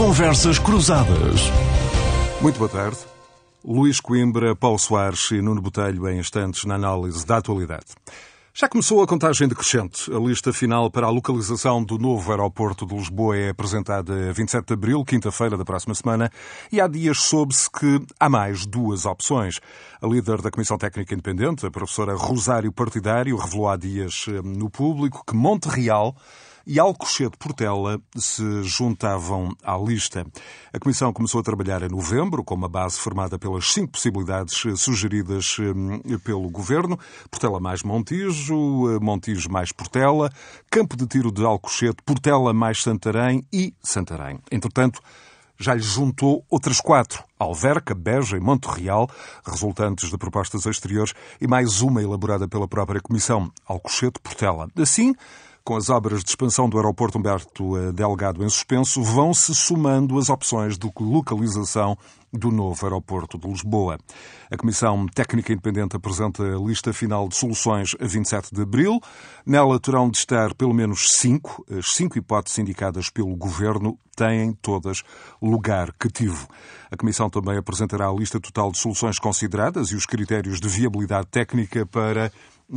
Conversas Cruzadas. Muito boa tarde. Luís Coimbra, Paulo Soares e Nuno Botelho em instantes na análise da atualidade. Já começou a contagem decrescente. A lista final para a localização do novo aeroporto de Lisboa é apresentada a 27 de abril, quinta-feira da próxima semana, e há dias soube-se que há mais duas opções. A líder da Comissão Técnica Independente, a professora Rosário Partidário, revelou há dias no público que Monte Real e Alcochete Portela se juntavam à lista. A Comissão começou a trabalhar em novembro, com uma base formada pelas 5 possibilidades sugeridas pelo Governo: Portela mais Montijo, Montijo mais Portela, Campo de Tiro de Alcochete, Portela mais Santarém e Santarém. Entretanto, já lhe juntou outras 4, Alverca, Beja e Monte Real, resultantes de propostas exteriores, e mais uma elaborada pela própria Comissão, Alcochete Portela. Assim, com as obras de expansão do aeroporto Humberto Delgado em suspenso, vão-se somando as opções de localização do novo aeroporto de Lisboa. A Comissão Técnica Independente apresenta a lista final de soluções a 27 de abril. Nela terão de estar pelo menos 5. As 5 hipóteses indicadas pelo Governo têm todas lugar cativo. A Comissão também apresentará a lista total de soluções consideradas e os critérios de viabilidade técnica para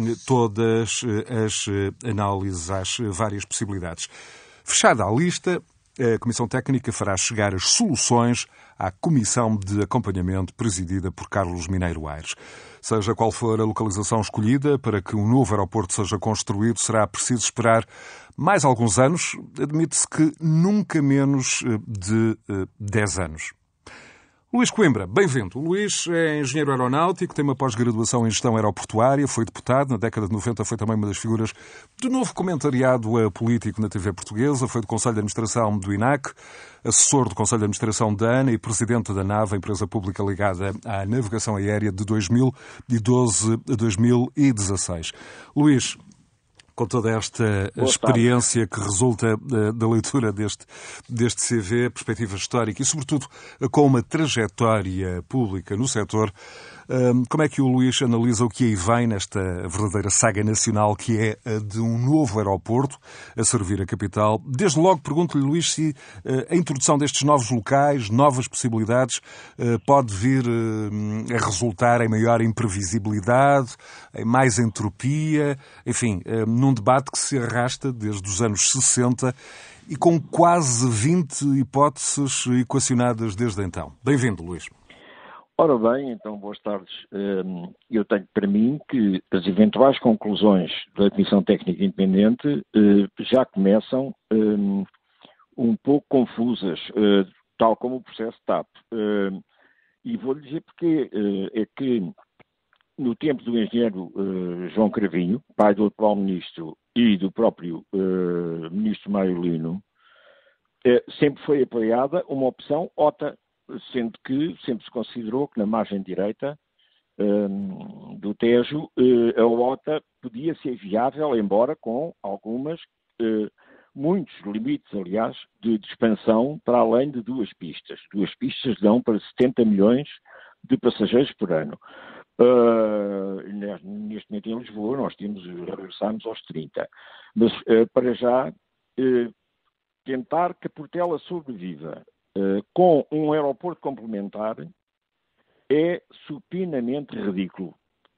todas as análises às várias possibilidades. Fechada a lista, a Comissão Técnica fará chegar as soluções à Comissão de Acompanhamento presidida por Carlos Mineiro Aires. Seja qual for a localização escolhida para que um novo aeroporto seja construído, será preciso esperar mais alguns anos, admite-se que nunca menos de 10 anos. Luís Coimbra, bem-vindo. O Luís é engenheiro aeronáutico, tem uma pós-graduação em gestão aeroportuária, foi deputado, na década de 90 foi também uma das figuras do novo comentariado político na TV portuguesa, foi do Conselho de Administração do INAC, assessor do Conselho de Administração da ANA e presidente da NAV, a empresa pública ligada à navegação aérea de 2012 a 2016. Luís, com toda esta experiência que resulta da leitura deste CV, perspectiva histórica e, sobretudo, com uma trajetória pública no setor, como é que o Luís analisa o que aí vem nesta verdadeira saga nacional que é a de um novo aeroporto a servir a capital? Desde logo pergunto-lhe, Luís, se a introdução destes novos locais, novas possibilidades, pode vir a resultar em maior imprevisibilidade, em mais entropia, enfim, num debate que se arrasta desde os anos 60 e com quase 20 hipóteses equacionadas desde então. Bem-vindo, Luís. Ora bem, então, boas tardes. Eu tenho para mim que as eventuais conclusões da Comissão Técnica Independente já começam um pouco confusas, tal como o processo TAP. E vou-lhe dizer porque é que no tempo do engenheiro João Cravinho, pai do atual ministro e do próprio ministro Mário Lino, sempre foi apoiada uma opção OTA, sendo que sempre se considerou que na margem direita do Tejo a OTA podia ser viável, embora com muitos limites, aliás, de expansão para além de 2 pistas. 2 pistas dão para 70 milhões de passageiros por ano. Neste momento em Lisboa nós regressarmos aos 30. Mas para já tentar que a Portela sobreviva com um aeroporto complementar é supinamente ridículo.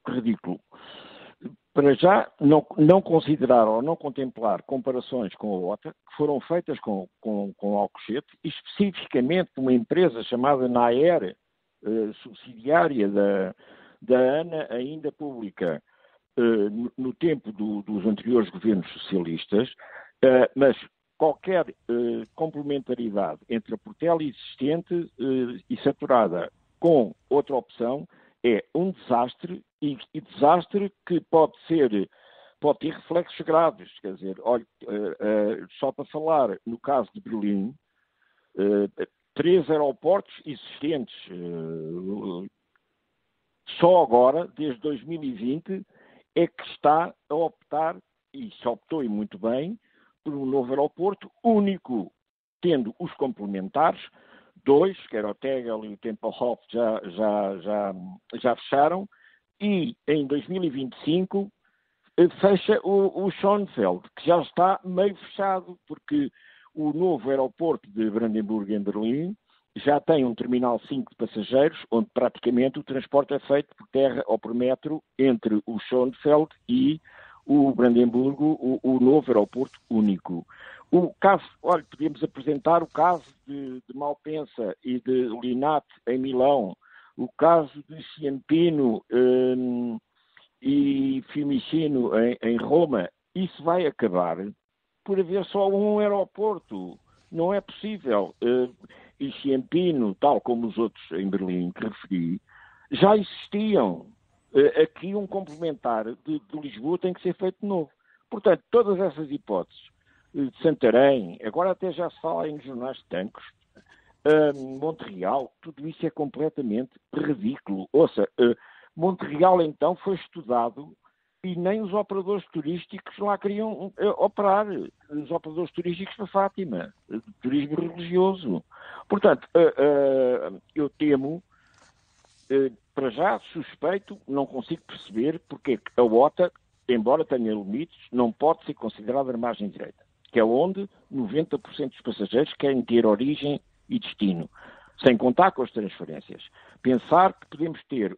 Para já não considerar ou não contemplar comparações com a OTA que foram feitas com Alcochete, especificamente uma empresa chamada Naer, subsidiária da ANA, ainda pública, no tempo dos anteriores governos socialistas, mas qualquer complementaridade entre a Portela existente e saturada com outra opção é um desastre, e desastre que pode ter reflexos graves. Quer dizer, olha, só para falar, no caso de Berlim, 3 aeroportos existentes, só agora, desde 2020, é que está a optar, e se optou e muito bem, por um novo aeroporto único, tendo os complementares, 2, que era o Tegel e o Tempelhof, já fecharam, e em 2025 fecha o Schönefeld, que já está meio fechado, porque O novo aeroporto de Brandenburgo, em Berlim, já tem um terminal 5 de passageiros, onde praticamente o transporte é feito por terra ou por metro entre o Schönefeld e o Brandenburgo, o novo aeroporto único. O caso, podíamos apresentar o caso de Malpensa e de Linate em Milão, o caso de Ciampino e Fiumicino em Roma. Isso vai acabar por haver só um aeroporto. Não é possível. E Ciampino, tal como os outros em Berlim que referi, já existiam. Aqui um complementar de Lisboa tem que ser feito de novo. Portanto, todas essas hipóteses de Santarém, agora até já se fala em jornais de Tancos, Montreal, tudo isso é completamente ridículo. Ouça, Montreal então foi estudado e nem os operadores turísticos lá queriam operar. Os operadores turísticos da Fátima, de turismo religioso. Portanto, eu temo, para já suspeito, não consigo perceber porque a OTA, embora tenha limites, não pode ser considerada a margem direita, que é onde 90% dos passageiros querem ter origem e destino, sem contar com as transferências. Pensar que podemos ter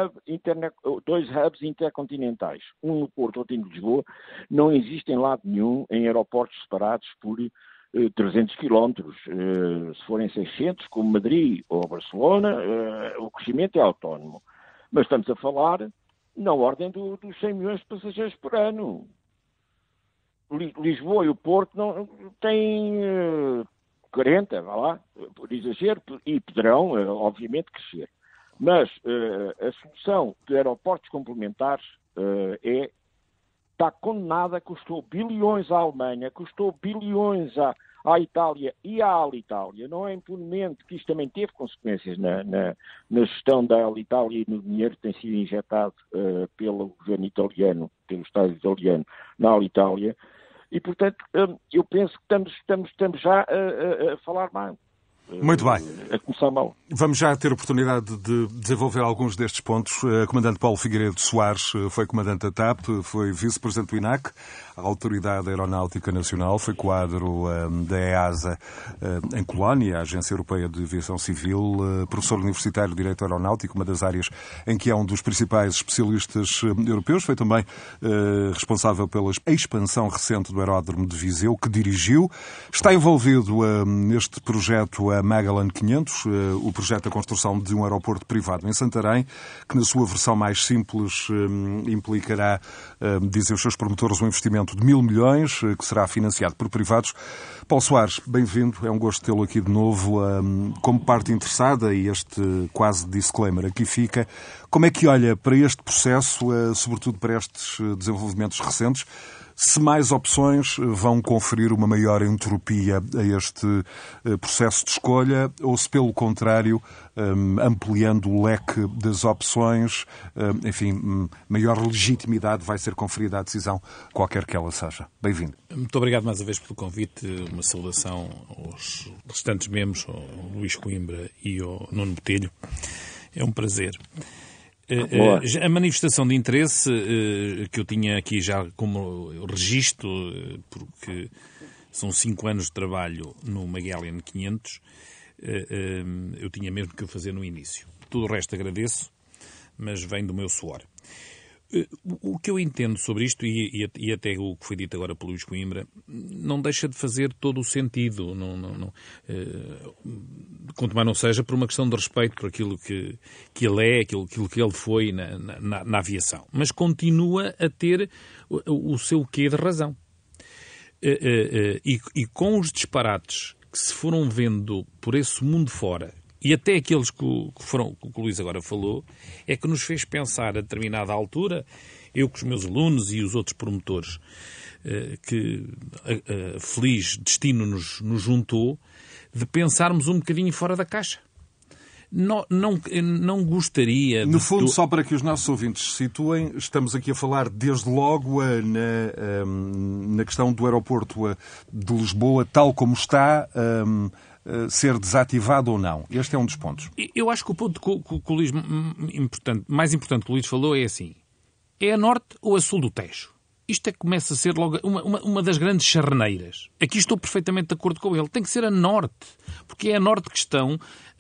dois hubs intercontinentais, um no Porto, outro em Lisboa, não existe em lado nenhum em aeroportos separados por 300 quilómetros. Se forem 600, como Madrid ou Barcelona, o crescimento é autónomo. Mas estamos a falar na ordem dos 100 milhões de passageiros por ano. Lisboa e o Porto não têm 40, vá lá, por exagero, e poderão, obviamente, crescer. Mas a solução de aeroportos complementares está condenada, custou bilhões à Alemanha, custou bilhões à Itália e à Alitalia. Não é impunemente que isto também teve consequências na gestão da Alitalia e no dinheiro que tem sido injetado pelo governo italiano, pelo Estado italiano na Alitalia. E, portanto, eu penso que estamos já a falar mal. Muito bem. A começar mal. Vamos já ter oportunidade de desenvolver alguns destes pontos. Comandante Paulo Figueiredo Soares foi comandante da TAP, foi vice-presidente do INAC, a Autoridade Aeronáutica Nacional, foi quadro da EASA em Colónia, a Agência Europeia de Aviação Civil, professor universitário de Direito Aeronáutico, uma das áreas em que é um dos principais especialistas europeus, foi também responsável pela expansão recente do aeródromo de Viseu, que dirigiu. Está envolvido neste projeto a Magellan 500, o projeto da construção de um aeroporto privado em Santarém, que na sua versão mais simples implicará, dizem os seus promotores, um investimento de 1.000 milhões, que será financiado por privados. Paulo Soares, bem-vindo, é um gosto tê-lo aqui de novo. Como parte interessada, e este quase disclaimer aqui fica, como é que olha para este processo, sobretudo para estes desenvolvimentos recentes? Se mais opções vão conferir uma maior entropia a este processo de escolha ou se, pelo contrário, ampliando o leque das opções, enfim, maior legitimidade vai ser conferida à decisão, qualquer que ela seja. Bem-vindo. Muito obrigado mais uma vez pelo convite. Uma saudação aos restantes membros, ao Luís Coimbra e ao Nuno Botelho. É um prazer. A manifestação de interesse que eu tinha aqui já como registro, porque são 5 anos de trabalho no Magellan 500, eu tinha mesmo que fazer no início. Tudo o resto agradeço, mas vem do meu suor. O que eu entendo sobre isto, e até o que foi dito agora pelo Luís Coimbra, não deixa de fazer todo o sentido. Quanto mais não seja por uma questão de respeito por aquilo que ele é, aquilo que ele foi na aviação. Mas continua a ter o seu quê de razão. E com os disparates que se foram vendo por esse mundo fora, e até aqueles que o Luís agora falou, é que nos fez pensar a determinada altura, eu com os meus alunos e os outros promotores, que a feliz destino nos juntou, de pensarmos um bocadinho fora da caixa. Não gostaria... No fundo, só para que os nossos ouvintes se situem, estamos aqui a falar desde logo na questão do aeroporto de Lisboa, tal como está... ser desativado ou não. Este é um dos pontos. Eu acho que o ponto que o Luís, mais importante que o Luís falou é assim: é a norte ou a sul do Tejo? isto começa a ser logo uma das grandes charneiras. Aqui estou perfeitamente de acordo com ele. Tem que ser a norte, porque é a norte que estão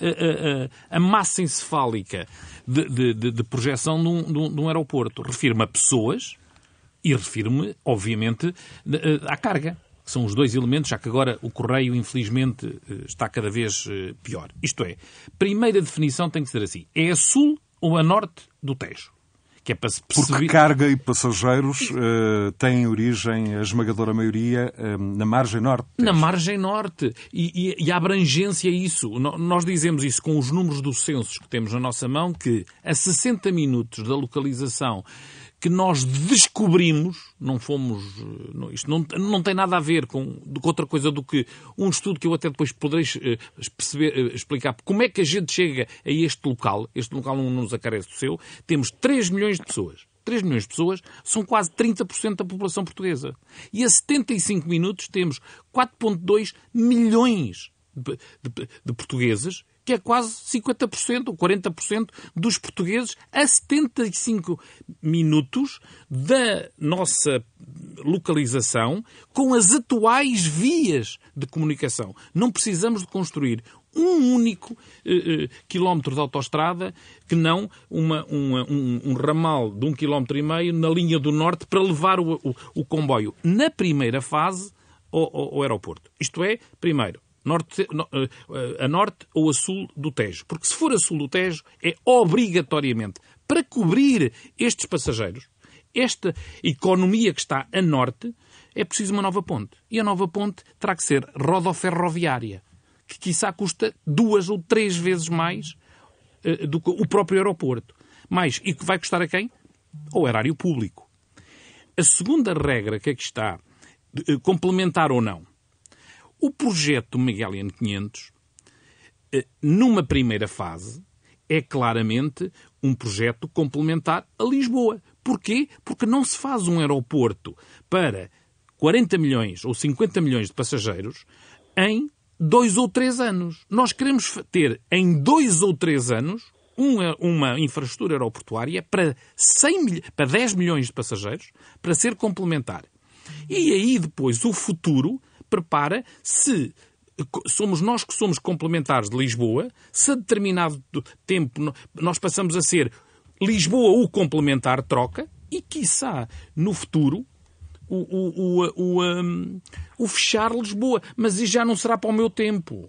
a massa encefálica de projeção de um aeroporto. Refiro-me a pessoas e refiro-me, obviamente, à carga. São os dois elementos, já que agora o correio, infelizmente, está cada vez pior. Isto é, primeira definição tem que ser assim. É a sul ou a norte do Tejo? Que é para se perceber... Porque carga e passageiros têm origem, a esmagadora maioria, na margem norte. Na margem norte. E a abrangência é isso. Nós dizemos isso com os números dos censos que temos na nossa mão, que a 60 minutos da localização que nós descobrimos, não fomos... Isto não tem nada a ver com outra coisa do que um estudo que eu até depois poderei explicar como é que a gente chega a este local não nos acarece do seu. Temos 3 milhões de pessoas. 3 milhões de pessoas são quase 30% da população portuguesa. E a 75 minutos temos 4,2 milhões de portugueses, que é quase 50% ou 40% dos portugueses a 75 minutos da nossa localização com as atuais vias de comunicação. Não precisamos de construir um único quilómetro de autoestrada que não um ramal de 1,5 km na linha do norte para levar o comboio na primeira fase ao aeroporto. Isto é, primeiro, a norte ou a sul do Tejo. Porque se for a sul do Tejo, é obrigatoriamente, para cobrir estes passageiros, esta economia que está a norte, é preciso uma nova ponte. E a nova ponte terá que ser rodoferroviária, que quiçá custa 2 ou 3 vezes mais do que o próprio aeroporto. E que vai custar a quem? Ao erário público. A segunda regra que aqui está, complementar ou não, o projeto Magellan 500, numa primeira fase, é claramente um projeto complementar a Lisboa. Porquê? Porque não se faz um aeroporto para 40 milhões ou 50 milhões de passageiros em 2 ou 3 anos. Nós queremos ter em 2 ou 3 anos uma infraestrutura aeroportuária para 10 milhões de passageiros para ser complementar. E aí depois o futuro prepara se somos nós que somos complementares de Lisboa, se a determinado tempo nós passamos a ser Lisboa o complementar troca e, quiçá, no futuro, o fechar Lisboa. Mas isso já não será para o meu tempo.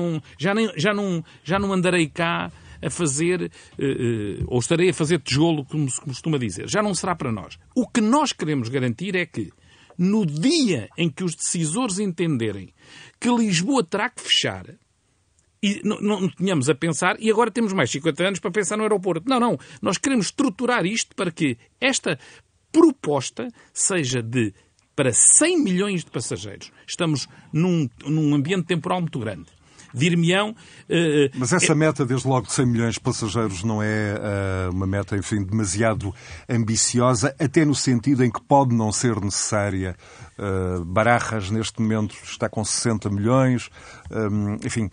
Já não andarei cá a fazer, ou estarei a fazer tijolo, como se costuma dizer. Já não será para nós. O que nós queremos garantir é que, no dia em que os decisores entenderem que Lisboa terá que fechar, e não tínhamos a pensar, e agora temos mais 50 anos para pensar no aeroporto. Não. Nós queremos estruturar isto para que esta proposta seja para 100 milhões de passageiros. Estamos num ambiente temporal muito grande. Dir-me-ão... Mas essa meta, desde logo, de 100 milhões de passageiros não é uma meta, enfim, demasiado ambiciosa, até no sentido em que pode não ser necessária. Barajas, neste momento, está com 60 milhões. Enfim...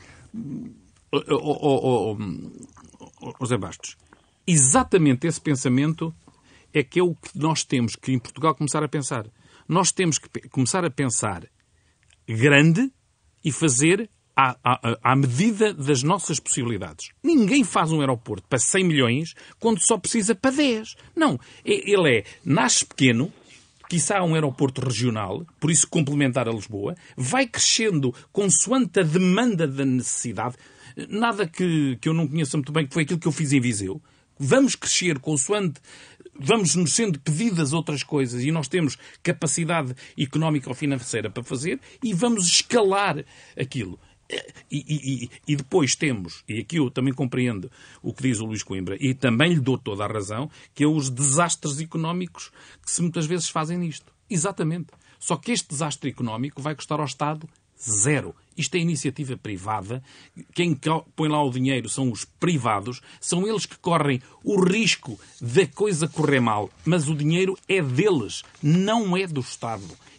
José Bastos, exatamente esse pensamento é que é o que nós temos que, em Portugal, começar a pensar. Nós temos que começar a pensar grande e fazer à medida das nossas possibilidades. Ninguém faz um aeroporto para 100 milhões quando só precisa para 10. Não. Ele nasce pequeno, quiçá um aeroporto regional, por isso complementar a Lisboa, vai crescendo consoante a demanda da necessidade. Nada que eu não conheça muito bem, que foi aquilo que eu fiz em Viseu. Vamos crescer consoante... Vamos-nos sendo pedidas outras coisas e nós temos capacidade económica ou financeira para fazer e vamos escalar aquilo. E depois temos, e aqui eu também compreendo o que diz o Luís Coimbra, e também lhe dou toda a razão, que é os desastres económicos que se muitas vezes fazem nisto. Exatamente. Só que este desastre económico vai custar ao Estado 0. Isto é iniciativa privada. Quem põe lá o dinheiro são os privados. São eles que correm o risco da coisa correr mal. Mas o dinheiro é deles, não é do Estado.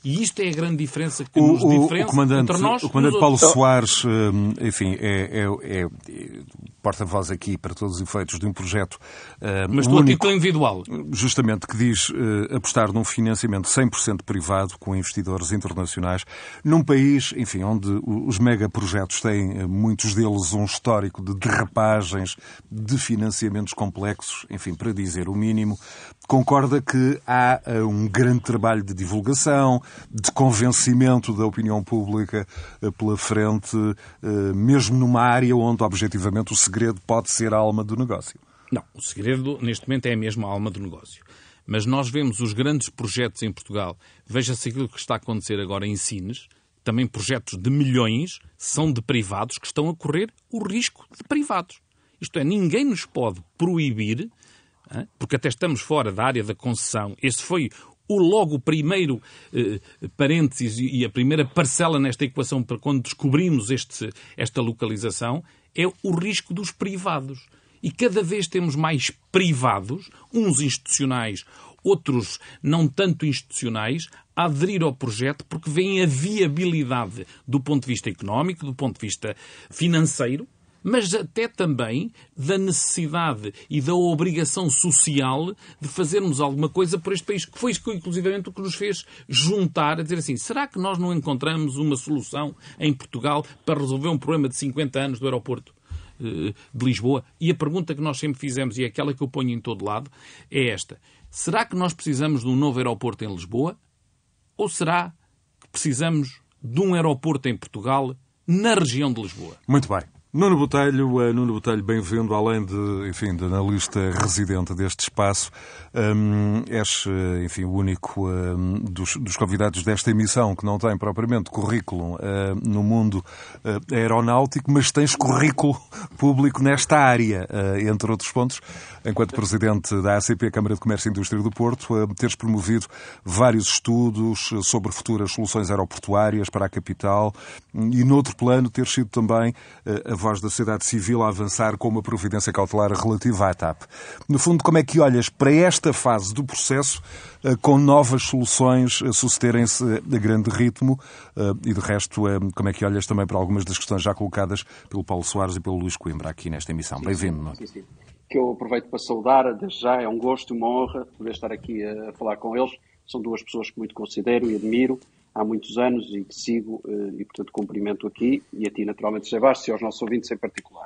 E isto é a grande diferença que nos diferencia entre nós. O comandante Paulo Soares, enfim, é porta-voz aqui, para todos os efeitos, de um projeto mas do título individual. Justamente, que diz apostar num financiamento 100% privado, com investidores internacionais, num país, enfim, onde os megaprojetos têm, muitos deles, um histórico de derrapagens, de financiamentos complexos, enfim, para dizer o mínimo. Concorda que há um grande trabalho de divulgação, de convencimento da opinião pública pela frente, mesmo numa área onde, objetivamente, o segredo pode ser a alma do negócio? Não, o segredo, neste momento, é mesmo a alma do negócio. Mas nós vemos os grandes projetos em Portugal. Veja-se aquilo que está a acontecer agora em Sines. Também projetos de milhões são de privados que estão a correr o risco de privados. Isto é, ninguém nos pode proibir, porque até estamos fora da área da concessão. Este foi logo o primeiro parênteses e a primeira parcela nesta equação para quando descobrimos esta localização, é o risco dos privados. E cada vez temos mais privados, uns institucionais, outros não tanto institucionais, a aderir ao projeto porque veem a viabilidade do ponto de vista económico, do ponto de vista financeiro, mas até também da necessidade e da obrigação social de fazermos alguma coisa por este país, que foi inclusivamente o que nos fez juntar, a dizer assim, será que nós não encontramos uma solução em Portugal para resolver um problema de 50 anos do aeroporto de Lisboa? E a pergunta que nós sempre fizemos, e é aquela que eu ponho em todo lado, é esta. Será que nós precisamos de um novo aeroporto em Lisboa? Ou será que precisamos de um aeroporto em Portugal, na região de Lisboa? Muito bem. Nuno Botelho, bem-vindo, além de analista residente deste espaço. És, enfim, o único dos convidados desta emissão que não tem propriamente currículo no mundo aeronáutico, mas tens currículo público nesta área, entre outros pontos, enquanto presidente da ACP, Câmara de Comércio e Indústria do Porto, teres promovido vários estudos sobre futuras soluções aeroportuárias para a capital e, noutro plano, teres sido também a voz da sociedade civil a avançar com uma providência cautelar relativa à TAP. No fundo, como é que olhas para esta fase do processo com novas soluções a sucederem-se a grande ritmo e, de resto, como é que olhas também para algumas das questões já colocadas pelo Paulo Soares e pelo Luís Coimbra aqui nesta emissão? Bem-vindo. Sim. Que eu aproveito para saudar, desde já é um gosto e uma honra poder estar aqui a falar com eles. São duas pessoas que muito considero e admiro há muitos anos e que sigo e, portanto, cumprimento aqui, e a ti, naturalmente, José Bastos, e aos nossos ouvintes em particular.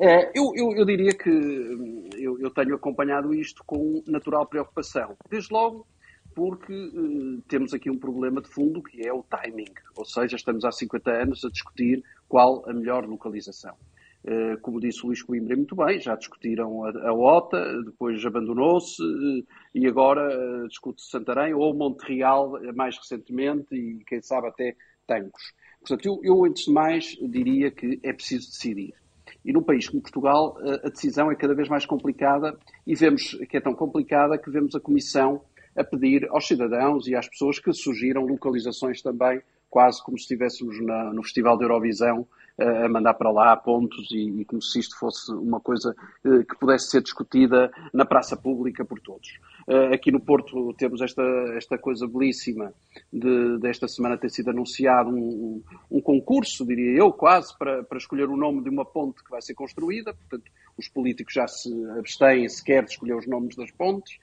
Eu diria que eu tenho acompanhado isto com natural preocupação. Desde logo porque temos aqui um problema de fundo que é o timing, ou seja, estamos há 50 anos a discutir qual a melhor localização. Como disse o Luís Coimbra muito bem, já discutiram a OTA, depois abandonou-se e agora discute-se Santarém ou Montreal mais recentemente e quem sabe até Tancos. Portanto, eu antes de mais diria que é preciso decidir. E num país como Portugal a decisão é cada vez mais complicada e vemos que é tão complicada que vemos a Comissão a pedir aos cidadãos e às pessoas que sugiram localizações também, quase como se estivéssemos no Festival de Eurovisão, a mandar para lá pontos e como se isto fosse uma coisa que pudesse ser discutida na praça pública por todos. Aqui no Porto temos esta coisa belíssima desta semana ter sido anunciado um concurso, diria eu, quase, para escolher o nome de uma ponte que vai ser construída. Portanto, os políticos já se abstêm sequer de escolher os nomes das pontes.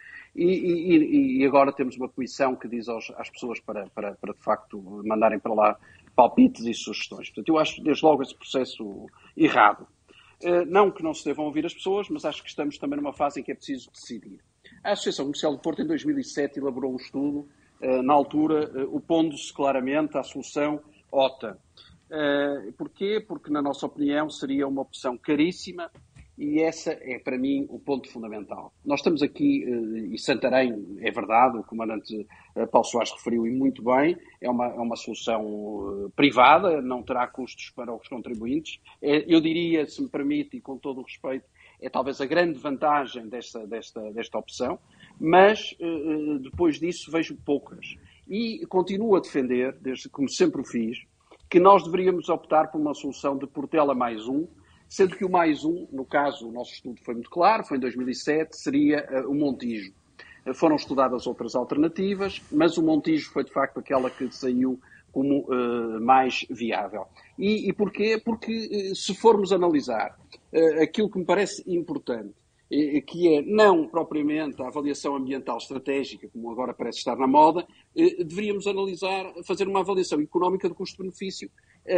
E agora temos uma comissão que diz às pessoas para de facto mandarem para lá palpites e sugestões. Portanto, eu acho desde logo esse processo errado. Não que não se devam ouvir as pessoas, mas acho que estamos também numa fase em que é preciso decidir. A Associação Comercial do Porto, em 2007, elaborou um estudo, na altura, opondo-se claramente à solução OTA. Porquê? Porque, na nossa opinião, seria uma opção caríssima. E essa é, para mim, o ponto fundamental. Nós estamos aqui, e Santarém, é verdade, o comandante Paulo Soares referiu e muito bem, é uma solução privada, não terá custos para os contribuintes. Eu diria, se me permite, e com todo o respeito, é talvez a grande vantagem desta opção, mas depois disso vejo poucas. E continuo a defender, desde como sempre o fiz, que nós deveríamos optar por uma solução de Portela mais um, sendo que o mais um, no caso, o nosso estudo foi muito claro, foi em 2007, seria o Montijo. foram estudadas outras alternativas, mas o Montijo foi de facto aquela que saiu como mais viável. E porquê? Porque se formos analisar aquilo que me parece importante, que é não propriamente a avaliação ambiental estratégica, como agora parece estar na moda, deveríamos fazer uma avaliação económica do custo-benefício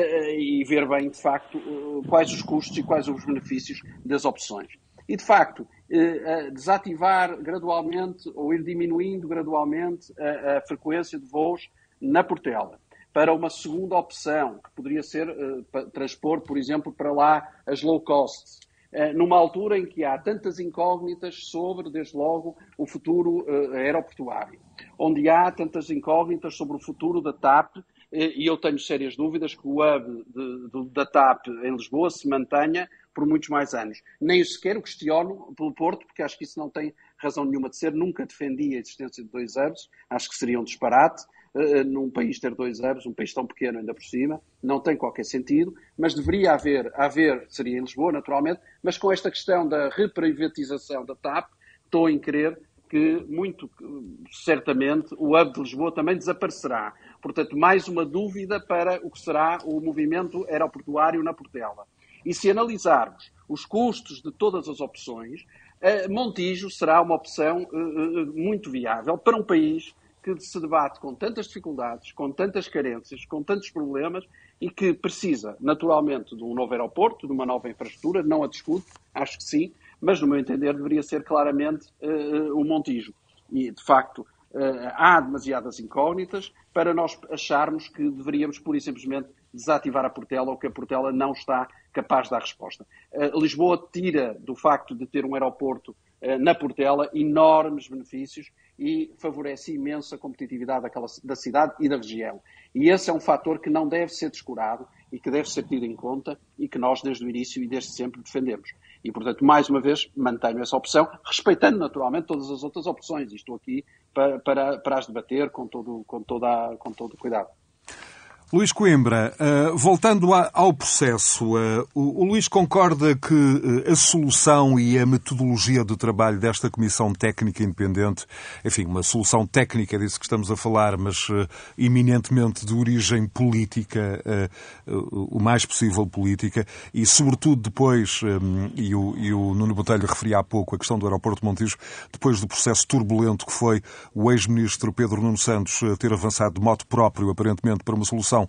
e ver bem, de facto, quais os custos e quais os benefícios das opções. E, de facto, desativar gradualmente ou ir diminuindo gradualmente a frequência de voos na Portela para uma segunda opção, que poderia ser transpor, por exemplo, para lá as low cost, numa altura em que há tantas incógnitas sobre, desde logo, o futuro aeroportuário, onde há tantas incógnitas sobre o futuro da TAP, e eu tenho sérias dúvidas que o hub da TAP em Lisboa se mantenha por muitos mais anos. Nem sequer o questiono pelo Porto, porque acho que isso não tem razão nenhuma de ser. Nunca defendi a existência de 2 hubs, acho que seria um disparate. Num país ter 2 hubs, um país tão pequeno ainda por cima, não tem qualquer sentido, mas deveria haver, seria em Lisboa, naturalmente, mas com esta questão da reprivatização da TAP, estou em crer que, muito certamente, o hub de Lisboa também desaparecerá. Portanto, mais uma dúvida para o que será o movimento aeroportuário na Portela. E se analisarmos os custos de todas as opções, Montijo será uma opção muito viável para um país que se debate com tantas dificuldades, com tantas carências, com tantos problemas e que precisa, naturalmente, de um novo aeroporto, de uma nova infraestrutura, não a discuto, acho que sim, mas, no meu entender, deveria ser claramente o Montijo. E, de facto, há demasiadas incógnitas para nós acharmos que deveríamos, pura e simplesmente, desativar a Portela ou que a Portela não está capaz de dar resposta. Lisboa tira do facto de ter um aeroporto na Portela enormes benefícios e favorece imenso a competitividade da cidade e da região. E esse é um fator que não deve ser descurado e que deve ser tido em conta e que nós, desde o início e desde sempre, defendemos. E, portanto, mais uma vez, mantenho essa opção, respeitando naturalmente todas as outras opções. E estou aqui para as debater com todo o cuidado. Luís Coimbra, voltando ao processo, o Luís concorda que a solução e a metodologia de trabalho desta Comissão Técnica Independente, enfim, uma solução técnica, disso que estamos a falar, mas eminentemente de origem política, o mais possível política, e sobretudo depois, e o Nuno Botelho referia há pouco a questão do aeroporto de Montijo, depois do processo turbulento que foi o ex-ministro Pedro Nuno Santos ter avançado de modo próprio, aparentemente, para uma solução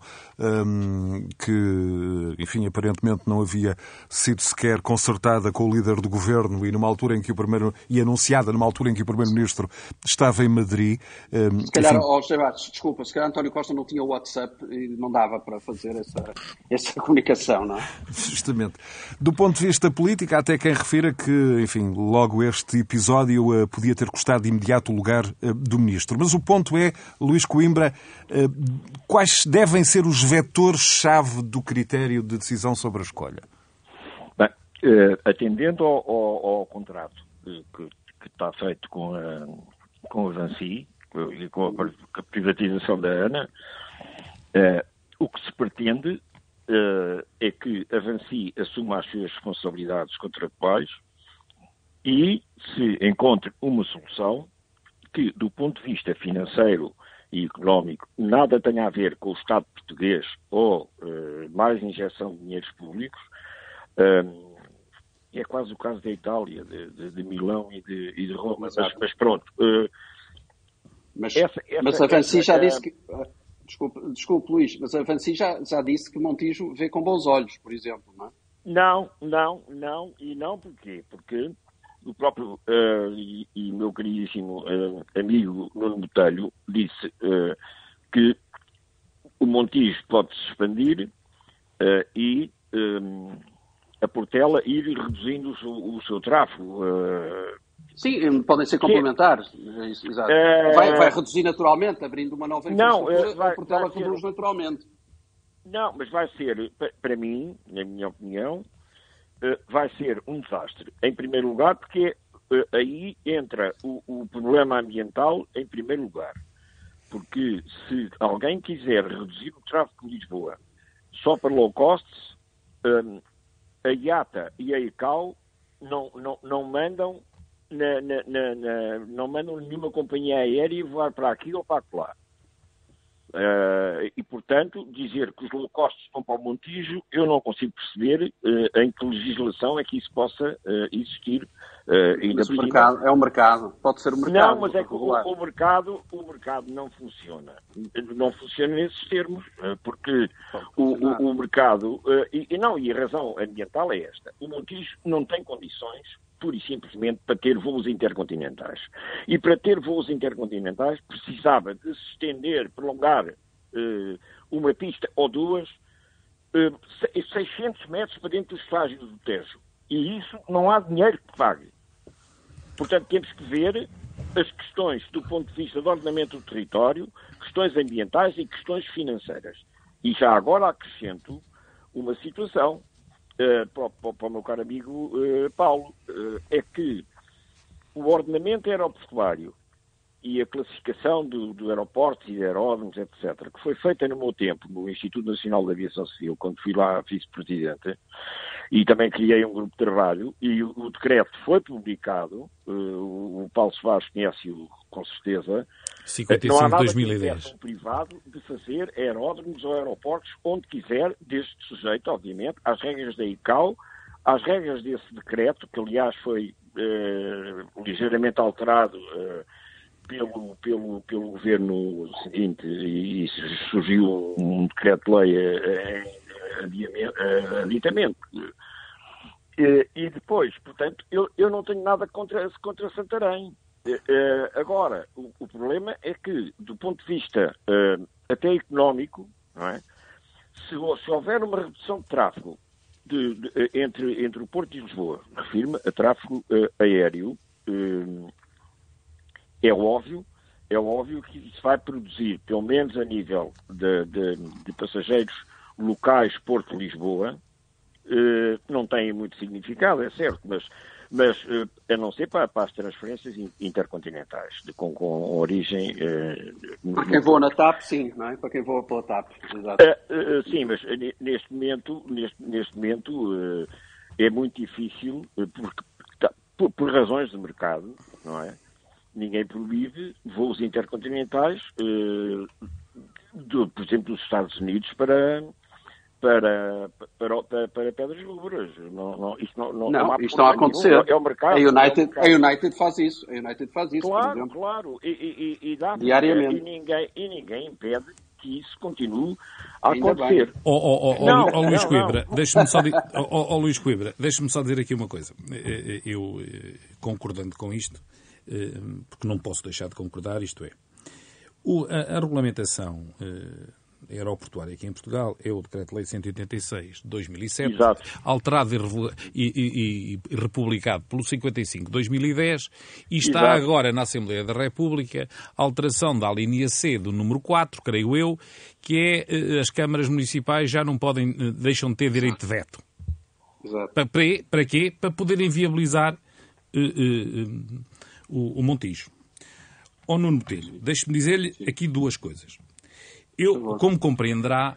que, enfim, aparentemente não havia sido sequer concertada com o líder do governo e numa altura em que anunciada numa altura em que o primeiro-ministro estava em Madrid. Se calhar, José Bastos, desculpa, se calhar António Costa não tinha o WhatsApp e não dava para fazer essa comunicação, não é? Justamente. Do ponto de vista político, há até quem refira que, enfim, logo este episódio podia ter custado de imediato o lugar do ministro. Mas o ponto é, Luís Coimbra, quais devem ser os vetores-chave do critério de decisão sobre a escolha? Bem, atendendo ao contrato que está feito com a Vinci e com a privatização da ANA, o que se pretende é que a Vinci assuma as suas responsabilidades contratuais e se encontre uma solução que, do ponto de vista financeiro e económico, nada tenha a ver com o Estado português ou mais injeção de dinheiros públicos. É quase o caso da Itália, de Milão e de Roma. Mas pronto. Mas a Vinci já disse que... Desculpe, Luís, mas a Vinci já disse que Montijo vê com bons olhos, por exemplo, não é? Não. Porquê? Porque o próprio e meu queridíssimo amigo Nuno Botelho disse que o Montijo pode se expandir e a Portela ir reduzindo o seu tráfego. Sim, podem ser complementares. Exato. Vai reduzir naturalmente, abrindo uma nova infraestrutura, a Portela reduz naturalmente. Não, mas vai ser, para mim, na minha opinião, vai ser um desastre. Em primeiro lugar, porque aí entra o problema ambiental em primeiro lugar. Porque se alguém quiser reduzir o tráfego de Lisboa só para low cost, a IATA e a ICAO não mandam não mandam nenhuma companhia aérea voar para aqui ou para lá. E, portanto, dizer que os low cost vão para o Montijo, eu não consigo perceber em que legislação é que isso possa existir. Mas o mercado, é um mercado, pode ser um mercado. Não, mas é que o mercado não funciona. Não funciona nesses termos, porque o mercado... E a razão ambiental é esta. O Montijo não tem condições, pura e simplesmente, para ter voos intercontinentais. E para ter voos intercontinentais precisava de se estender, prolongar uma pista ou duas, 600 metros para dentro dos estágios do Tejo. E isso não há dinheiro que pague. Portanto, temos que ver as questões do ponto de vista do ordenamento do território, questões ambientais e questões financeiras. E já agora acrescento uma situação para o meu caro amigo Paulo, é que o ordenamento aeroportuário e a classificação do aeroportos e de aeródromos, etc., que foi feita no meu tempo no Instituto Nacional de Aviação Civil, quando fui lá vice-presidente, e também criei um grupo de trabalho, e o decreto foi publicado, o Paulo Soares conhece-o com certeza. 55 de 2010. Não há privado de fazer aeródromos ou aeroportos onde quiser, desde sujeito, obviamente, às regras da ICAO, às regras desse decreto, que aliás foi ligeiramente alterado pelo governo seguinte, e surgiu um decreto-lei aditamento. E depois, portanto, eu não tenho nada contra Santarém. Agora, o problema é que, do ponto de vista até económico, não é? Se houver uma redução de tráfego entre o Porto e Lisboa, refiro-me a tráfego aéreo, é óbvio que isso vai produzir, pelo menos a nível de passageiros locais Porto-Lisboa, não tem muito significado, é certo, mas a não ser para as transferências intercontinentais, com origem... para quem voa na TAP, sim, não é? Para quem voa pela TAP, exato. Sim, mas neste momento é muito difícil, por razões de mercado, não é? Ninguém proíbe voos intercontinentais, por exemplo, dos Estados Unidos para Pedras Lubras. Não, isto não a acontecer. É o mercado. A United faz isso. Claro, claro. E dá diariamente. E ninguém impede que isso continue a acontecer. Luís Coimbra, deixa-me só dizer aqui uma coisa. Eu, concordando com isto, porque não posso deixar de concordar, isto é, a regulamentação aeroportuária aqui em Portugal é o Decreto-Lei 186 de 2007, exato, alterado e republicado pelo 55 de 2010, e está exato, agora na Assembleia da República a alteração da alínea C do número 4, creio eu, que é as câmaras municipais já não podem, deixam de ter direito de veto. Exato. Para quê? Para poderem viabilizar o Montijo. Ó Nuno Botelho, deixe-me dizer-lhe aqui duas coisas. Eu, como compreenderá,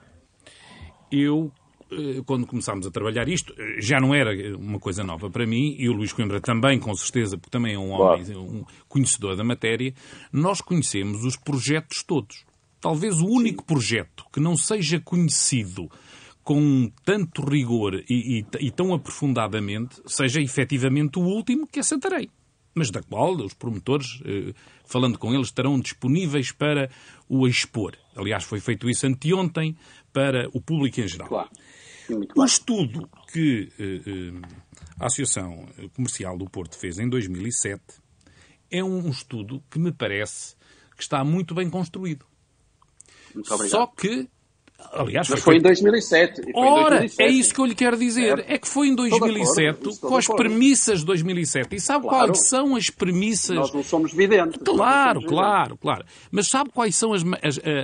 quando começámos a trabalhar isto, já não era uma coisa nova para mim, e o Luís Coimbra também, com certeza, porque também é um homem, um conhecedor da matéria, nós conhecemos os projetos todos. Talvez o único projeto que não seja conhecido com tanto rigor e tão aprofundadamente seja efetivamente o último, que é Santarém. Mas da qual os promotores, falando com eles, estarão disponíveis para o expor. Aliás, foi feito isso anteontem para o público em geral. Claro. O estudo que a Associação Comercial do Porto fez em 2007 é um estudo que me parece que está muito bem construído. Muito obrigado. Só que, aliás, foi em 2007. É isso que eu lhe quero dizer. É que foi em 2007, com as premissas de 2007. E sabe quais são as premissas? Nós não somos videntes. Claro. Mas sabe quais são as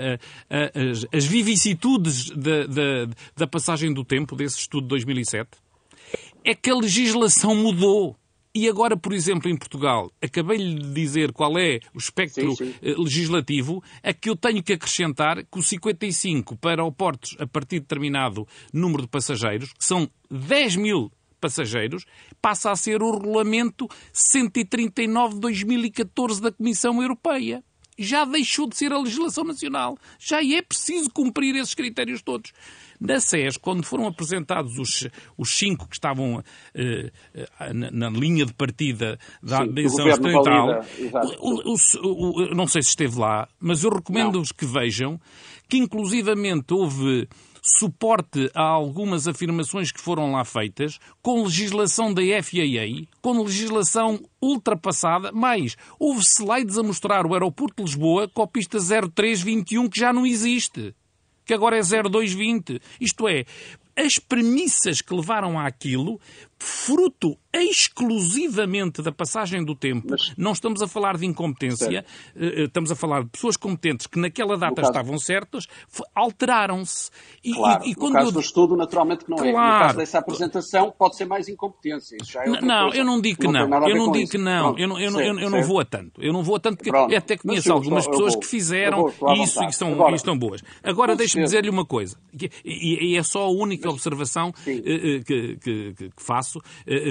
vicissitudes da passagem do tempo desse estudo de 2007? É que a legislação mudou. E agora, por exemplo, em Portugal, acabei-lhe de dizer qual é o espectro legislativo, a que eu tenho que acrescentar que o 55 para aeroportos a partir de determinado número de passageiros, que são 10 mil passageiros passa a ser o Regulamento 139 de 2014 da Comissão Europeia. Já deixou de ser a legislação nacional. Já é preciso cumprir esses critérios todos. Na SES, quando foram apresentados os 5 que estavam na linha de partida da admissão ocidental, não sei se esteve lá, mas eu recomendo-vos que vejam que inclusivamente houve suporte a algumas afirmações que foram lá feitas, com legislação da FAA, com legislação ultrapassada, mas houve slides a mostrar o aeroporto de Lisboa com a pista 0321 que já não existe, que agora é 0220. Isto é, as premissas que levaram àquilo, fruto exclusivamente da passagem do tempo, não estamos a falar de incompetência, estamos a falar de pessoas competentes que naquela data estavam certas, alteraram-se. Claro, no caso do estudo, naturalmente que não é. No caso dessa apresentação, pode ser mais incompetência. Isso já é outra coisa. Eu não digo que não. Eu não digo que não. Eu não vou a tanto. Eu não vou a tanto porque eu até conheço algumas pessoas que fizeram isso e que estão boas. Agora, deixe-me dizer-lhe uma coisa, e é só a única observação que faço,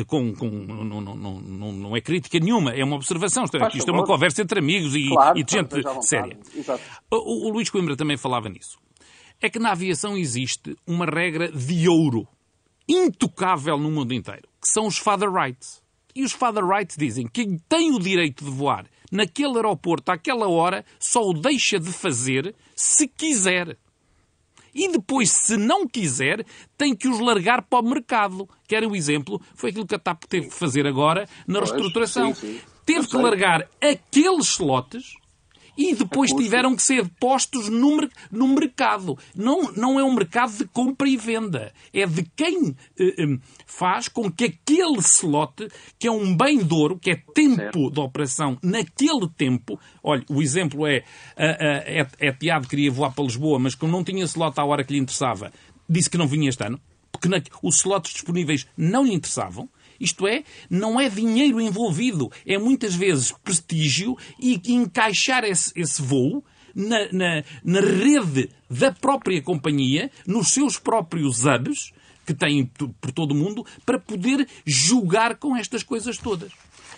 não é crítica nenhuma, é uma observação. Isto é uma conversa entre amigos e de gente séria. O Luís Coimbra também falava nisso. É que na aviação existe uma regra de ouro, intocável no mundo inteiro, que são os father rights. E os father rights dizem que quem tem o direito de voar naquele aeroporto àquela hora só o deixa de fazer se quiser. E depois, se não quiser, tem que os largar para o mercado. Quer um exemplo? Foi aquilo que a TAP teve que fazer agora na reestruturação. Teve que largar aqueles slots e depois tiveram que ser postos no mercado. Não é um mercado de compra e venda. É de quem faz com que aquele slot, que é um bem de ouro, que é tempo de operação naquele tempo... Olha, o exemplo é a Etihad queria voar para Lisboa, mas como não tinha slot à hora que lhe interessava, disse que não vinha este ano, porque os slots disponíveis não lhe interessavam. Isto é, não é dinheiro envolvido, é muitas vezes prestígio e encaixar esse voo na rede da própria companhia, nos seus próprios hubs, que têm por todo o mundo, para poder jogar com estas coisas todas.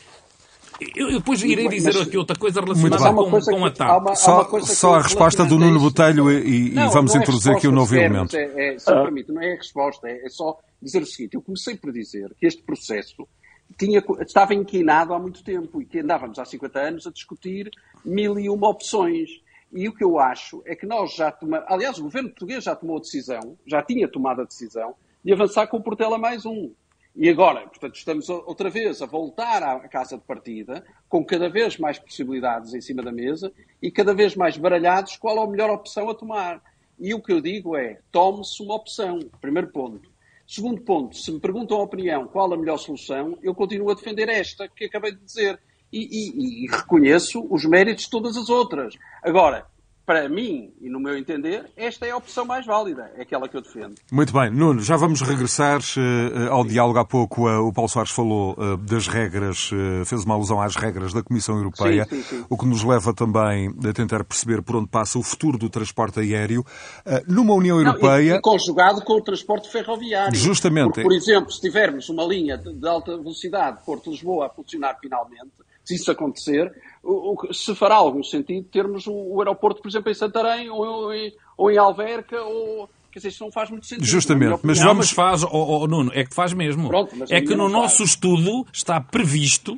Eu depois irei dizer aqui outra coisa relacionada com a TAP. Só a resposta do Nuno Botelho e vamos introduzir aqui um novo elemento. Se me permite, não é a resposta, é só dizer o seguinte. Eu comecei por dizer que este processo estava inquinado há muito tempo e que andávamos há 50 anos a discutir 1001 opções. E o que eu acho é que nós já tomamos... Aliás, o governo português já tomou a decisão, já tinha tomado a decisão de avançar com o Portela mais um. E agora, portanto, estamos outra vez a voltar à casa de partida, com cada vez mais possibilidades em cima da mesa e cada vez mais baralhados qual é a melhor opção a tomar. E o que eu digo é, tome-se uma opção, primeiro ponto. Segundo ponto, se me perguntam a opinião qual a melhor solução, eu continuo a defender esta que acabei de dizer. E reconheço os méritos de todas as outras. Agora, para mim, e no meu entender, esta é a opção mais válida, é aquela que eu defendo. Muito bem. Nuno, já vamos regressar ao diálogo. Há pouco o Paulo Soares falou das regras, fez uma alusão às regras da Comissão Europeia, sim. O que nos leva também a tentar perceber por onde passa o futuro do transporte aéreo. Numa União Europeia... E conjugado com o transporte ferroviário. Justamente. Porque, por exemplo, se tivermos uma linha de alta velocidade Porto-Lisboa a funcionar finalmente, se isso acontecer, se fará algum sentido termos o aeroporto, por exemplo, em Santarém ou em Alverca, ou... Quer dizer, isso não faz muito sentido. Justamente. Mas faz, Nuno, é que faz mesmo. Pronto, é que no nosso estudo está previsto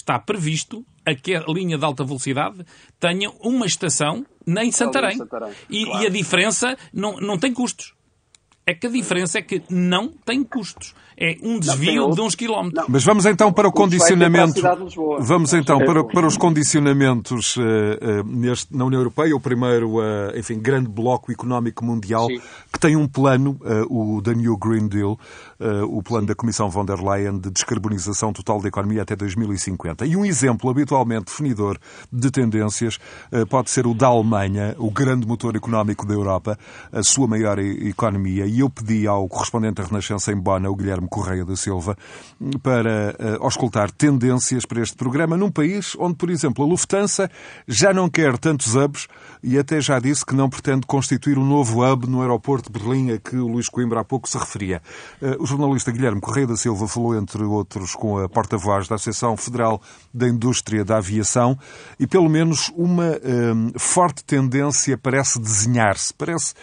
a que a linha de alta velocidade tenha uma estação em Santarém. Claro. E a diferença não tem custos. É que a diferença é que não tem custos. É um desvio de uns quilómetros. Mas vamos então para o condicionamento. Vamos então para os condicionamentos na União Europeia, o primeiro, grande bloco económico mundial, sim, que tem um plano, o da New Green Deal, o plano da Comissão von der Leyen de descarbonização total da economia até 2050. E um exemplo habitualmente definidor de tendências pode ser o da Alemanha, o grande motor económico da Europa, a sua maior economia, e e eu pedi ao correspondente da Renascença em Bonn, o Guilherme Correia da Silva, para auscultar tendências para este programa num país onde, por exemplo, a Lufthansa já não quer tantos hubs e até já disse que não pretende constituir um novo hub no aeroporto de Berlim, a que o Luís Coimbra há pouco se referia. O jornalista Guilherme Correia da Silva falou, entre outros, com a porta-voz da Associação Federal da Indústria da Aviação e, pelo menos, uma forte tendência parece desenhar-se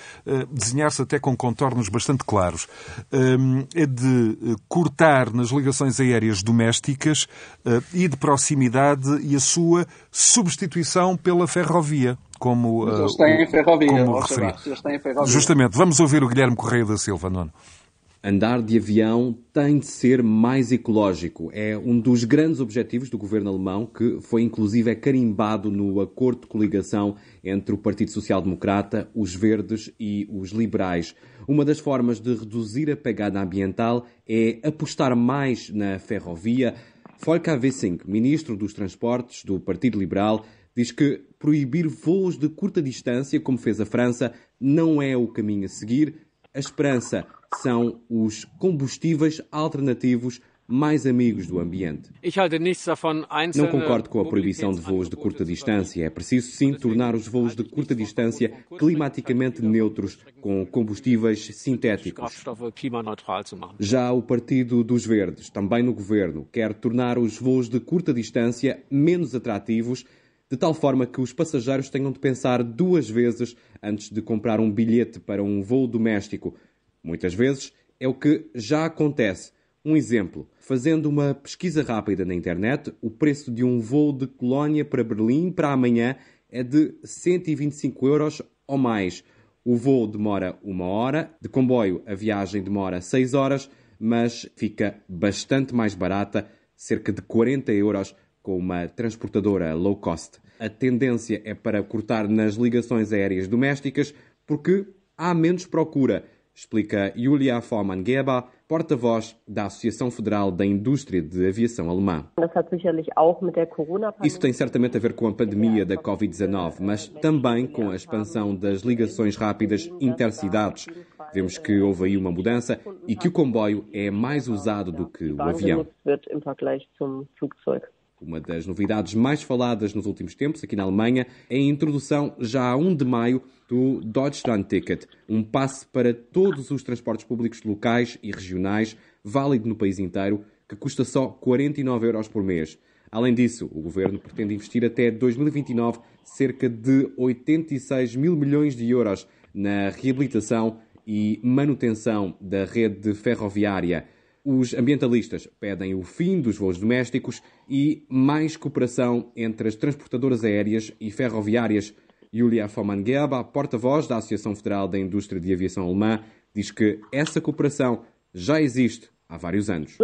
até com contornos bastante claros. É de cortar nas ligações aéreas domésticas e de proximidade e a sua substituição pela ferrovia. Como eles têm ferrovia. Justamente. Vamos ouvir o Guilherme Correia da Silva, Nuno. Andar de avião tem de ser mais ecológico. É um dos grandes objetivos do governo alemão, que foi inclusive carimbado no acordo de coligação entre o Partido Social Democrata, os Verdes e os Liberais. Uma das formas de reduzir a pegada ambiental é apostar mais na ferrovia. Volker Wissing, ministro dos Transportes do Partido Liberal, diz que proibir voos de curta distância, como fez a França, não é o caminho a seguir. A esperança são os combustíveis alternativos mais amigos do ambiente. Não concordo com a proibição de voos de curta distância. É preciso, sim, tornar os voos de curta distância climaticamente neutros, com combustíveis sintéticos. Já o Partido dos Verdes, também no governo, quer tornar os voos de curta distância menos atrativos, de tal forma que os passageiros tenham de pensar 2 vezes antes de comprar um bilhete para um voo doméstico. Muitas vezes é o que já acontece. Um exemplo, fazendo uma pesquisa rápida na internet, o preço de um voo de Colónia para Berlim para amanhã é de 125 € ou mais. O voo demora 1 hora, de comboio a viagem demora 6 horas, mas fica bastante mais barata, cerca de 40 € com uma transportadora low cost. A tendência é para cortar nas ligações aéreas domésticas porque há menos procura, explica Julia Formann-Gerber, porta-voz da Associação Federal da Indústria de Aviação Alemã. Isso tem certamente a ver com a pandemia da Covid-19, mas também com a expansão das ligações rápidas intercidades. Vemos que houve aí uma mudança e que o comboio é mais usado do que o avião. Uma das novidades mais faladas nos últimos tempos, aqui na Alemanha, é a introdução, já a 1 de maio, do Deutschland-Ticket, um passe para todos os transportes públicos locais e regionais, válido no país inteiro, que custa só 49 € por mês. Além disso, o governo pretende investir até 2029 cerca de 86 mil milhões de euros na reabilitação e manutenção da rede ferroviária. Os ambientalistas pedem o fim dos voos domésticos e mais cooperação entre as transportadoras aéreas e ferroviárias. Julia Formann-Gerber, porta-voz da Associação Federal da Indústria de Aviação Alemã, diz que essa cooperação já existe há vários anos.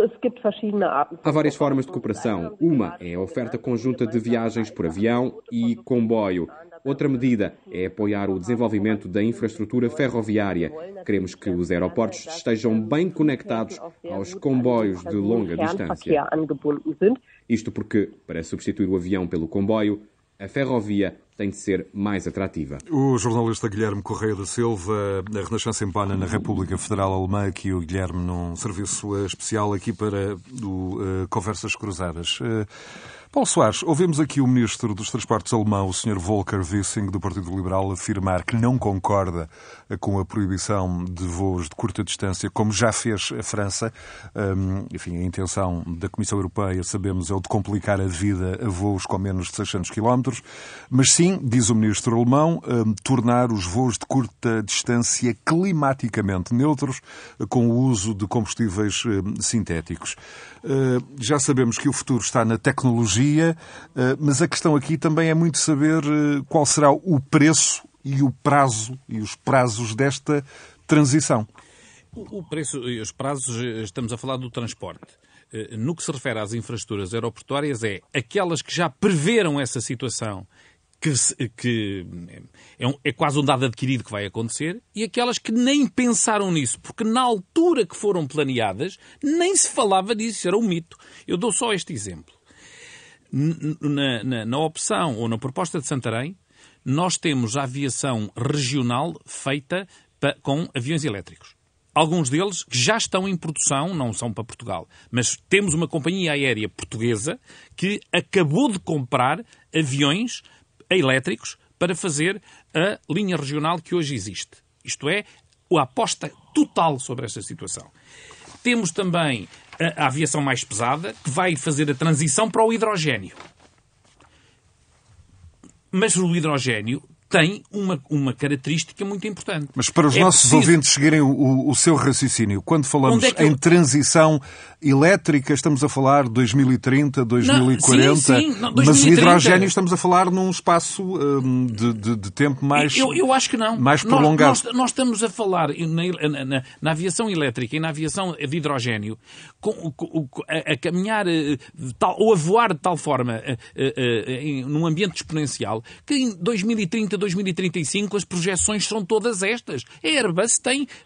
Há várias formas de cooperação. Uma é a oferta conjunta de viagens por avião e comboio. Outra medida é apoiar o desenvolvimento da infraestrutura ferroviária. Queremos que os aeroportos estejam bem conectados aos comboios de longa distância. Isto porque, para substituir o avião pelo comboio, a ferrovia tem de ser mais atrativa. O jornalista Guilherme Correia da Silva, da Renascença em Bonn, na República Federal Alemã, aqui o Guilherme num serviço especial aqui para o Conversas Cruzadas. Paulo Soares, ouvimos aqui o Ministro dos Transportes alemão, o Sr. Volker Wissing, do Partido Liberal, afirmar que não concorda com a proibição de voos de curta distância, como já fez a França. Enfim, a intenção da Comissão Europeia, sabemos, é o de complicar a vida a voos com menos de 600 km, mas sim, diz o Ministro alemão, tornar os voos de curta distância climaticamente neutros, com o uso de combustíveis sintéticos. Já sabemos que o futuro está na tecnologia, mas a questão aqui também é muito saber qual será o preço e o prazo e os prazos desta transição. O preço e os prazos, estamos a falar do transporte. No que se refere às infraestruturas aeroportuárias, é aquelas que já preveram essa situação, que é quase um dado adquirido que vai acontecer, e aquelas que nem pensaram nisso, porque na altura que foram planeadas, nem se falava disso, era um mito. Eu dou só este exemplo. Na opção ou na proposta de Santarém, nós temos a aviação regional feita com aviões elétricos. alguns deles que já estão em produção, não são para Portugal. Mas temos uma companhia aérea portuguesa que acabou de comprar aviões elétricos para fazer a linha regional que hoje existe. Isto é, a aposta total sobre esta situação. Temos também a aviação mais pesada, que vai fazer a transição para o hidrogénio. Mas o hidrogénio tem uma característica muito importante. Mas para os nossos ouvintes seguirem o seu raciocínio, quando falamos em transição elétrica, estamos a falar de 2030, 2040, não, sim. Não, 2030. Mas o hidrogénio estamos a falar num espaço de tempo mais eu acho que não. Mais prolongado. Nós estamos a falar na aviação elétrica e na aviação de hidrogénio a caminhar ou a voar de tal forma num ambiente exponencial que em 2030, 2035 as projeções são todas estas. A Airbus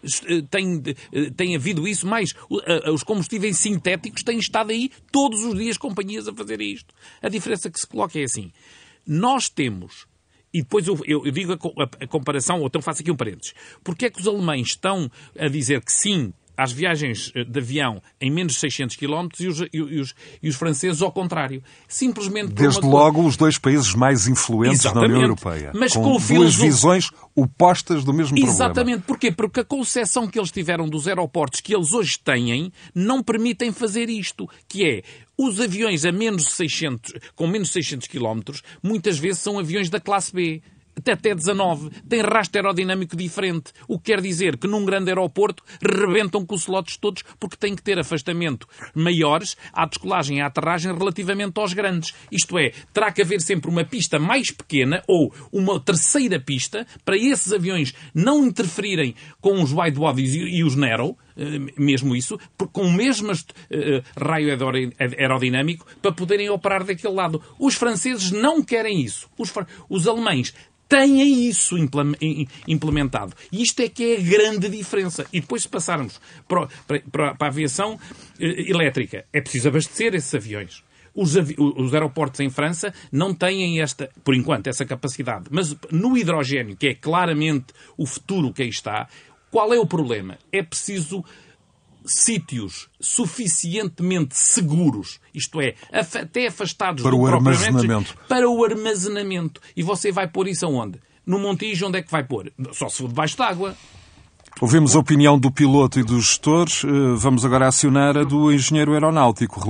tem havido isso, mais os combustíveis sintéticos têm estado aí todos os dias companhias a fazer isto. A diferença que se coloca é assim. Nós temos, e depois eu digo a comparação, ou então faço aqui um parênteses. Porque é que os alemães estão a dizer que sim às viagens de avião em menos de 600 km e os franceses ao contrário? Simplesmente desde logo os dois países mais influentes da União Europeia. Mas com duas visões opostas do mesmo problema. Exatamente. Porquê? Porque a concepção que eles tiveram dos aeroportos que eles hoje têm não permitem fazer isto, que é os aviões com menos de 600 km muitas vezes são aviões da classe B. Até 19, tem rastro aerodinâmico diferente. O que quer dizer que num grande aeroporto rebentam com os slots todos porque têm que ter afastamento maiores à descolagem e à aterragem relativamente aos grandes. Isto é, terá que haver sempre uma pista mais pequena ou uma terceira pista para esses aviões não interferirem com os wide bodies e os narrow, mesmo isso, com o mesmo raio aerodinâmico para poderem operar daquele lado. Os franceses não querem isso. Os alemães têm isso implementado. E isto é que é a grande diferença. E depois, se passarmos para a aviação elétrica, é preciso abastecer esses aviões. Os aeroportos em França não têm por enquanto, essa capacidade. Mas no hidrogénio, que é claramente o futuro que aí está, qual é o problema? É preciso sítios suficientemente seguros, isto é, até afastados para o armazenamento. Para o armazenamento. E você vai pôr isso aonde? No Montijo, onde é que vai pôr? Só se for debaixo d'água. Ouvimos a opinião do piloto e dos gestores. Vamos agora acionar a do engenheiro aeronáutico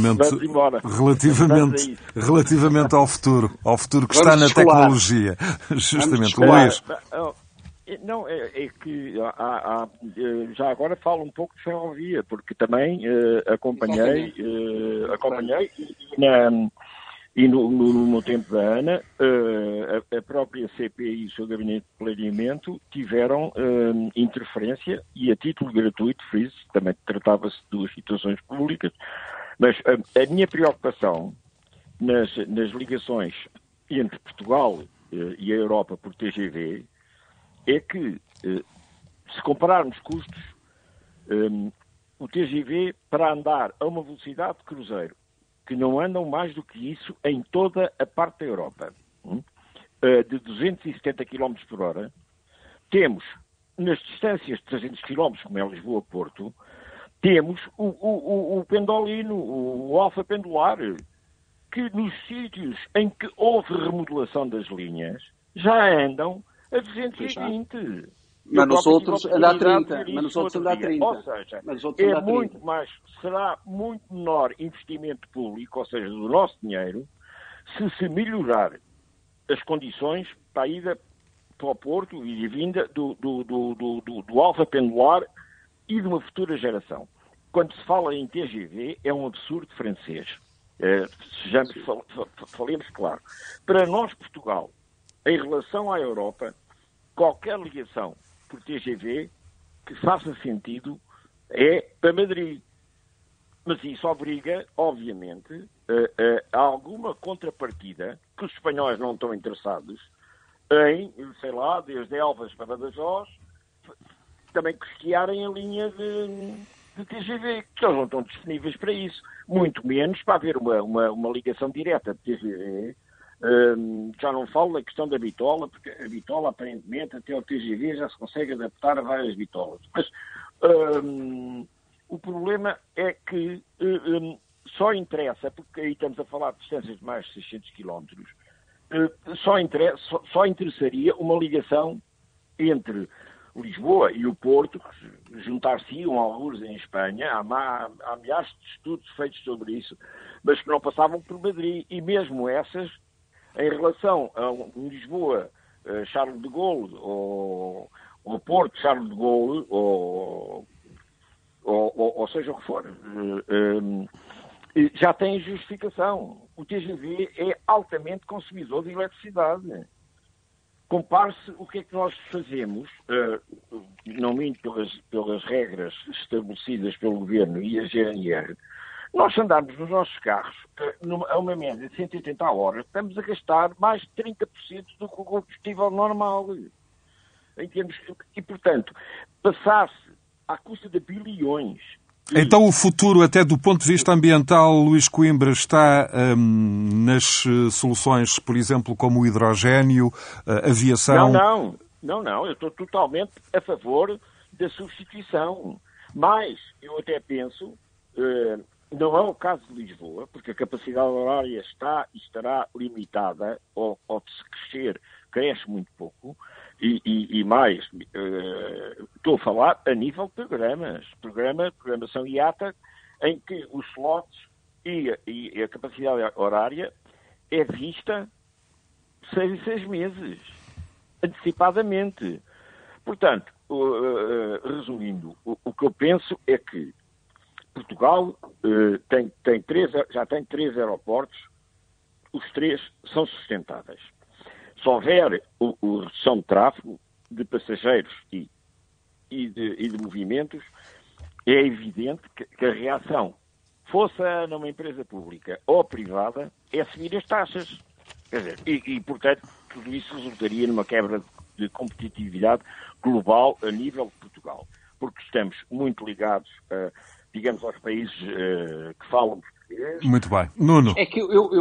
relativamente ao futuro que está na tecnologia. Justamente, Luís. Não, é que já agora falo um pouco de ferrovia, porque também acompanhei e no tempo da ANA, a própria CPI e o seu gabinete de planeamento tiveram interferência e a título gratuito, friso, também tratava-se de duas situações públicas, mas a minha preocupação nas ligações entre Portugal e a Europa por TGV é que, se compararmos custos, o TGV para andar a uma velocidade de cruzeiro, que não andam mais do que isso em toda a parte da Europa, de 270 km por hora, temos, nas distâncias de 300 km, como é Lisboa-Porto, temos o pendolino, o alfa pendular, que nos sítios em que houve remodelação das linhas, já andam a 220. Mas nos outros anda a 30. Mas nos outros anda a 30. Ou seja, será muito menor investimento público, ou seja, do nosso dinheiro, se melhorar as condições para a ida para o Porto e a vinda do alfa pendular e de uma futura geração. Quando se fala em TGV, é um absurdo francês. Falemos claro. Para nós, Portugal, em relação à Europa, qualquer ligação por TGV que faça sentido é para Madrid. Mas isso obriga, obviamente, a alguma contrapartida que os espanhóis não estão interessados em, sei lá, desde Elvas para Badajoz, também custearem a linha de TGV, que eles não estão disponíveis para isso. Muito menos para haver uma ligação direta de TGV. Já não falo da questão da bitola, porque a bitola, aparentemente, até o TGV já se consegue adaptar a várias bitolas. Mas O problema é que só interessa, porque aí estamos a falar de distâncias de mais de 600 km, só interessaria uma ligação entre Lisboa e o Porto, que juntar-se-iam alguns em Espanha. Há milhares de estudos feitos sobre isso, mas que não passavam por Madrid. E mesmo essas, em relação a Lisboa, Charles de Gaulle, ou Porto, Charles de Gaulle, ou seja o que for, já tem justificação. O TGV é altamente consumidor de eletricidade. Compare-se o que é que nós fazemos, não minto pelas regras estabelecidas pelo Governo e a GNR, nós andamos nos nossos carros a uma média de 180 a hora, estamos a gastar mais de 30% do combustível normal. E, portanto, passar-se à custa de bilhões. Então o futuro, até do ponto de vista ambiental, Luís Coimbra, está nas soluções, por exemplo, como o hidrogénio, aviação... Não, eu estou totalmente a favor da substituição. Mas eu até penso, não é o caso de Lisboa, porque a capacidade horária está e estará limitada, ou de se crescer, cresce muito pouco. E mais, estou a falar a nível de programação IATA, em que os slots e a capacidade horária é vista 6 em 6 meses, antecipadamente. Portanto, resumindo, o que eu penso é que Portugal já tem 3 aeroportos, os 3 são sustentáveis. Se houver redução de tráfego de passageiros e de movimentos, é evidente que a reação, fosse numa empresa pública ou privada, é subir as taxas. Quer dizer, portanto, tudo isso resultaria numa quebra de competitividade global a nível de Portugal. Porque estamos muito ligados, digamos, aos países que falam português. Muito bem. Nuno. É que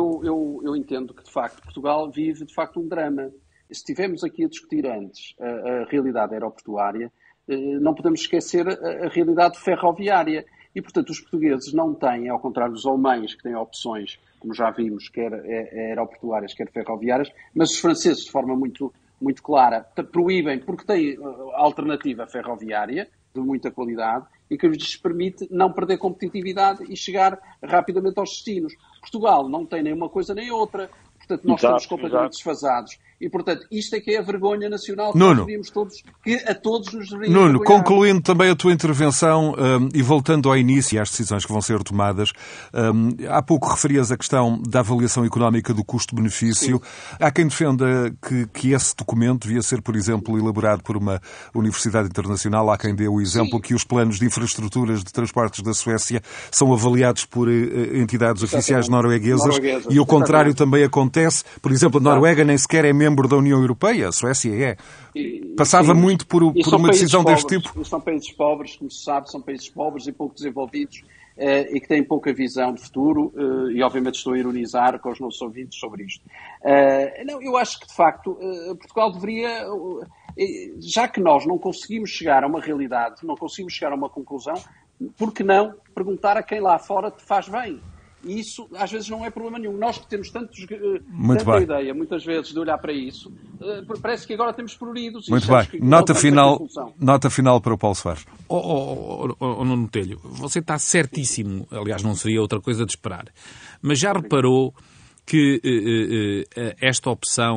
eu entendo que, de facto, Portugal vive, de facto, um drama. Se estivemos aqui a discutir antes a realidade aeroportuária, não podemos esquecer a realidade ferroviária. E, portanto, os portugueses não têm, ao contrário dos alemães, que têm opções, como já vimos, quer aeroportuárias, quer ferroviárias, mas os franceses, de forma muito, muito clara, proíbem, porque têm alternativa ferroviária, de muita qualidade, e que lhes permite não perder competitividade e chegar rapidamente aos destinos. Portugal não tem nem uma coisa nem outra. Portanto, nós estamos completamente desfasados. E, portanto, isto é que é a vergonha nacional que nós devíamos todos, que a todos nos deveria Nuno, vergonhar. concluindo também a tua intervenção e voltando ao início e às decisões que vão ser tomadas, há pouco referias a questão da avaliação económica do custo-benefício. Sim. Há quem defenda que esse documento devia ser, por exemplo, elaborado por uma universidade internacional. Há quem dê o exemplo que os planos de infraestruturas de transportes da Suécia são avaliados por entidades oficiais norueguesas e o contrário também acontece. Por exemplo, a Noruega nem sequer é membro da União Europeia, a Suécia é. Passava muito por uma decisão deste tipo. E são países pobres, como se sabe, são países pobres e pouco desenvolvidos e que têm pouca visão de futuro e obviamente estou a ironizar com os nossos ouvintes sobre isto. Não, eu acho que de facto Portugal deveria, já que nós não conseguimos chegar a uma realidade, não conseguimos chegar a uma conclusão, por que não perguntar a quem lá fora te faz bem? E isso, às vezes, não é problema nenhum. Nós que temos tanta ideia, muitas vezes, de olhar para isso, parece que agora temos pruridos. Muito bem. Nota final para o Paulo Soares. Nuno Botelho, você está certíssimo. Aliás, não seria outra coisa de esperar. Mas já reparou que esta opção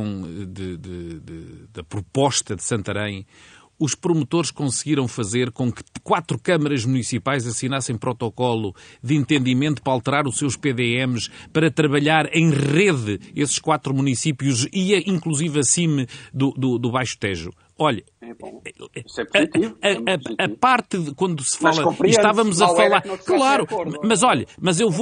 da proposta de Santarém, os promotores conseguiram fazer com que 4 câmaras municipais assinassem protocolo de entendimento para alterar os seus PDMs, para trabalhar em rede esses 4 municípios e inclusive acima do Baixo Tejo. Olha, isso é positivo, a parte de quando se fala, estávamos a falar, claro, mas olha, mas eu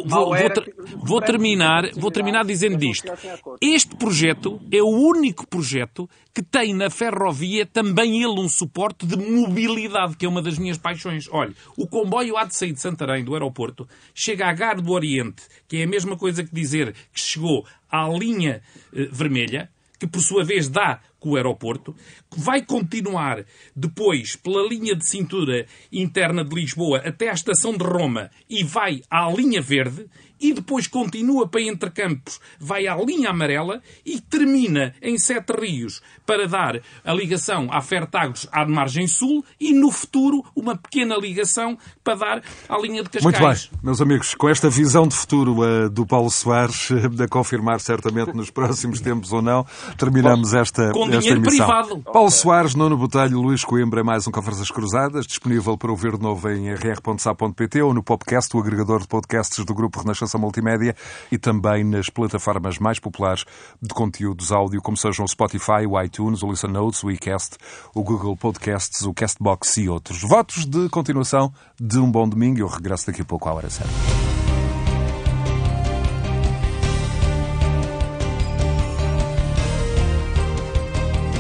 vou terminar dizendo disto. Este projeto é o único projeto que tem na ferrovia também ele um suporte de mobilidade, que é uma das minhas paixões. Olha, o comboio há de sair de Santarém, do aeroporto, chega à Gare do Oriente, que é a mesma coisa que dizer que chegou à linha vermelha, que por sua vez dá com o aeroporto, vai continuar depois pela linha de cintura interna de Lisboa até à estação de Roma e vai à linha verde, e depois continua para Entre Campos, vai à linha amarela e termina em Sete Rios para dar a ligação à Fertagos à margem sul e, no futuro, uma pequena ligação para dar à linha de Cascais. Muito bem, meus amigos, com esta visão de futuro do Paulo Soares, a confirmar certamente nos próximos tempos ou não, terminamos esta dinheiro emissão. Privado. Paulo Soares, Nuno Botelho, Luís Coimbra, mais um Conversas Cruzadas, disponível para ouvir de novo em rr.sa.pt ou no podcast, o agregador de podcasts do Grupo Renascença Multimédia, e também nas plataformas mais populares de conteúdos áudio, como sejam o Spotify, o iTunes, o Listen Notes, o iCast, o Google Podcasts, o Castbox e outros. Votos de continuação de um bom domingo. Eu regresso daqui a pouco à hora certa.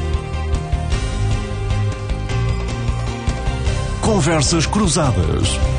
Conversas Cruzadas.